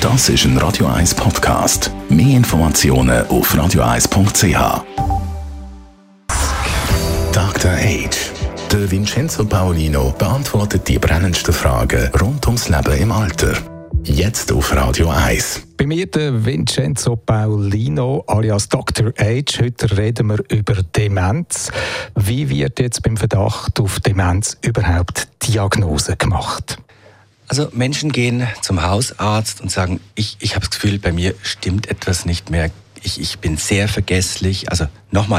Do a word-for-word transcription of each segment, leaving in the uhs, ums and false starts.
Das ist ein Radio eins Podcast. Mehr Informationen auf radio eins punkt c h. Doktor Age. Der Vincenzo Paolino beantwortet die brennendsten Fragen rund ums Leben im Alter. Jetzt auf Radio eins. Bei mir der Vincenzo Paolino alias Doktor Age. Heute reden wir über Demenz. Wie wird jetzt beim Verdacht auf Demenz überhaupt Diagnose gemacht? Also Menschen gehen zum Hausarzt und sagen, ich, ich habe das Gefühl, bei mir stimmt etwas nicht mehr. Ich, ich bin sehr vergesslich. Also nochmal,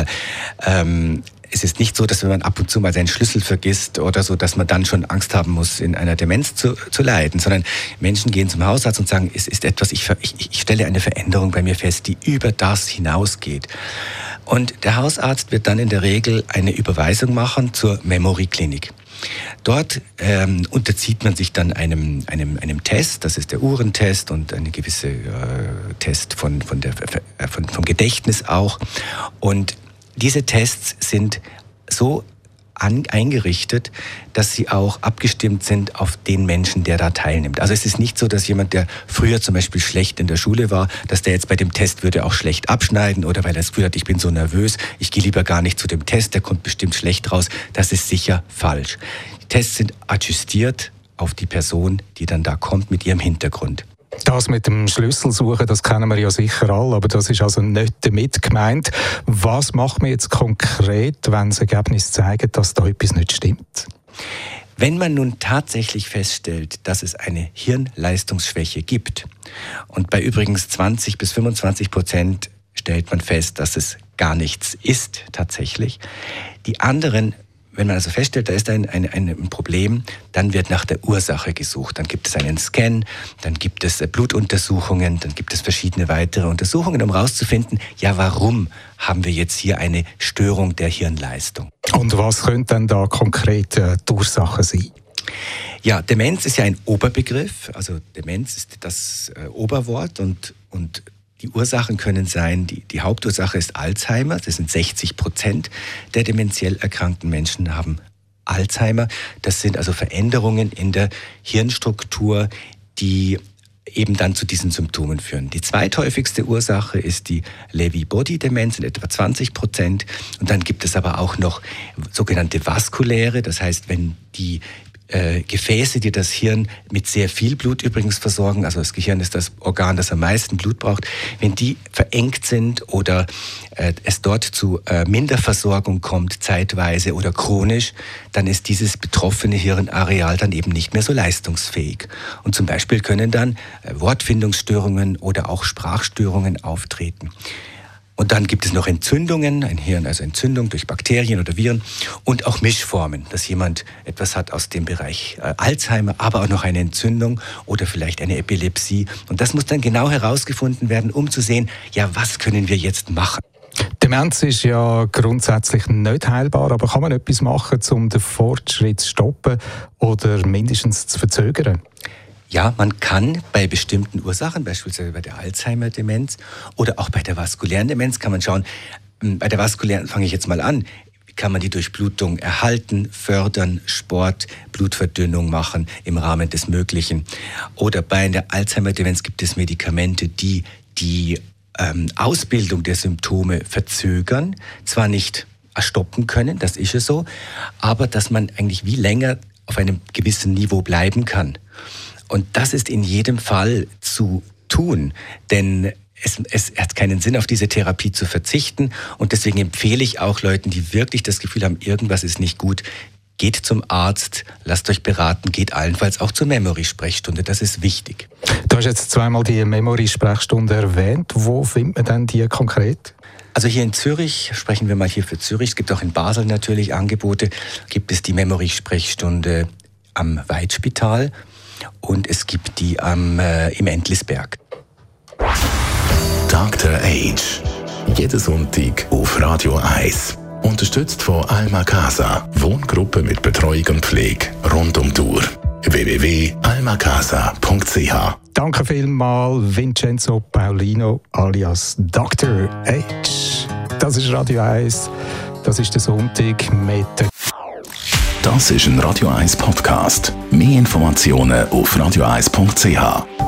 ähm, es ist nicht so, dass wenn man ab und zu mal seinen Schlüssel vergisst oder so, dass man dann schon Angst haben muss, in einer Demenz zu, zu leiden, sondern Menschen gehen zum Hausarzt und sagen, es ist etwas, ich, ich, ich stelle eine Veränderung bei mir fest, die über das hinausgeht. Und der Hausarzt wird dann in der Regel eine Überweisung machen zur Memory Klinik. Dort ähm, unterzieht man sich dann einem, einem, einem Test, das ist der Uhrentest und eine gewisse äh, Test von, von der, äh, von, vom Gedächtnis auch. Und diese Tests sind so an, eingerichtet, dass sie auch abgestimmt sind auf den Menschen, der da teilnimmt. Also es ist nicht so, dass jemand, der früher zum Beispiel schlecht in der Schule war, dass der jetzt bei dem Test würde auch schlecht abschneiden oder weil er das Gefühl hat, ich bin so nervös, ich gehe lieber gar nicht zu dem Test, der kommt bestimmt schlecht raus. Das ist sicher falsch. Die Tests sind adjustiert auf die Person, die dann da kommt mit ihrem Hintergrund. Das mit dem Schlüsselsuchen, das kennen wir ja sicher alle, aber das ist also nicht damit gemeint. Was macht man jetzt konkret, wenn das Ergebnis zeigt, dass da etwas nicht stimmt? Wenn man nun tatsächlich feststellt, dass es eine Hirnleistungsschwäche gibt, und bei übrigens zwanzig bis fünfundzwanzig Prozent stellt man fest, dass es gar nichts ist tatsächlich, die anderen, wenn man also feststellt, da ist ein, ein, ein Problem, dann wird nach der Ursache gesucht. Dann gibt es einen Scan, dann gibt es Blutuntersuchungen, dann gibt es verschiedene weitere Untersuchungen, um herauszufinden, ja, warum haben wir jetzt hier eine Störung der Hirnleistung. Und was könnte denn da konkret äh, die Ursache sein? Ja, Demenz ist ja ein Oberbegriff, also Demenz ist das äh, Oberwort und, und die Ursachen können sein, die, die Hauptursache ist Alzheimer, das sind sechzig Prozent der dementiell erkrankten Menschen haben Alzheimer. Das sind also Veränderungen in der Hirnstruktur, die eben dann zu diesen Symptomen führen. Die zweithäufigste Ursache ist die Lewy-Body-Demenz in etwa zwanzig Prozent. Und dann gibt es aber auch noch sogenannte vaskuläre, das heißt, wenn die Äh, Gefäße, die das Hirn mit sehr viel Blut übrigens versorgen, also das Gehirn ist das Organ, das am meisten Blut braucht, wenn die verengt sind oder äh, es dort zu äh, Minderversorgung kommt, zeitweise oder chronisch, dann ist dieses betroffene Hirnareal dann eben nicht mehr so leistungsfähig. Und zum Beispiel können dann äh, Wortfindungsstörungen oder auch Sprachstörungen auftreten. Und dann gibt es noch Entzündungen, ein Hirn, also Entzündung durch Bakterien oder Viren und auch Mischformen, dass jemand etwas hat aus dem Bereich äh, Alzheimer, aber auch noch eine Entzündung oder vielleicht eine Epilepsie. Und das muss dann genau herausgefunden werden, um zu sehen, ja, was können wir jetzt machen? Demenz ist ja grundsätzlich nicht heilbar, aber kann man etwas machen, um den Fortschritt zu stoppen oder mindestens zu verzögern? Ja, man kann bei bestimmten Ursachen, beispielsweise bei der Alzheimer-Demenz oder auch bei der vaskulären Demenz, kann man schauen, bei der vaskulären fange ich jetzt mal an, wie kann man die Durchblutung erhalten, fördern, Sport, Blutverdünnung machen im Rahmen des Möglichen. Oder bei der Alzheimer-Demenz gibt es Medikamente, die die ähm, Ausbildung der Symptome verzögern, zwar nicht stoppen können, das ist ja so, aber dass man eigentlich wie länger auf einem gewissen Niveau bleiben kann. Und das ist in jedem Fall zu tun, denn es, es hat keinen Sinn, auf diese Therapie zu verzichten. Und deswegen empfehle ich auch Leuten, die wirklich das Gefühl haben, irgendwas ist nicht gut, geht zum Arzt, lasst euch beraten, geht allenfalls auch zur Memory-Sprechstunde, das ist wichtig. Du hast jetzt zweimal die Memory-Sprechstunde erwähnt. Wo findet man denn die konkret? Also hier in Zürich, sprechen wir mal hier für Zürich, es gibt auch in Basel natürlich Angebote, gibt es die Memory-Sprechstunde am Weitspital. Und es gibt die am, äh, im Entlisberg. Doktor Age. Jeden Sonntag auf Radio eins. Unterstützt von Alma Casa. Wohngruppe mit Betreuung und Pflege rund um die Uhr. w w w punkt alma casa punkt c h. Danke vielmals, Vincenzo Paolino alias Doktor Age. Das ist Radio eins. Das ist der Sonntag mit der Das ist ein Radio eins Podcast. Mehr Informationen auf radio eins punkt c h.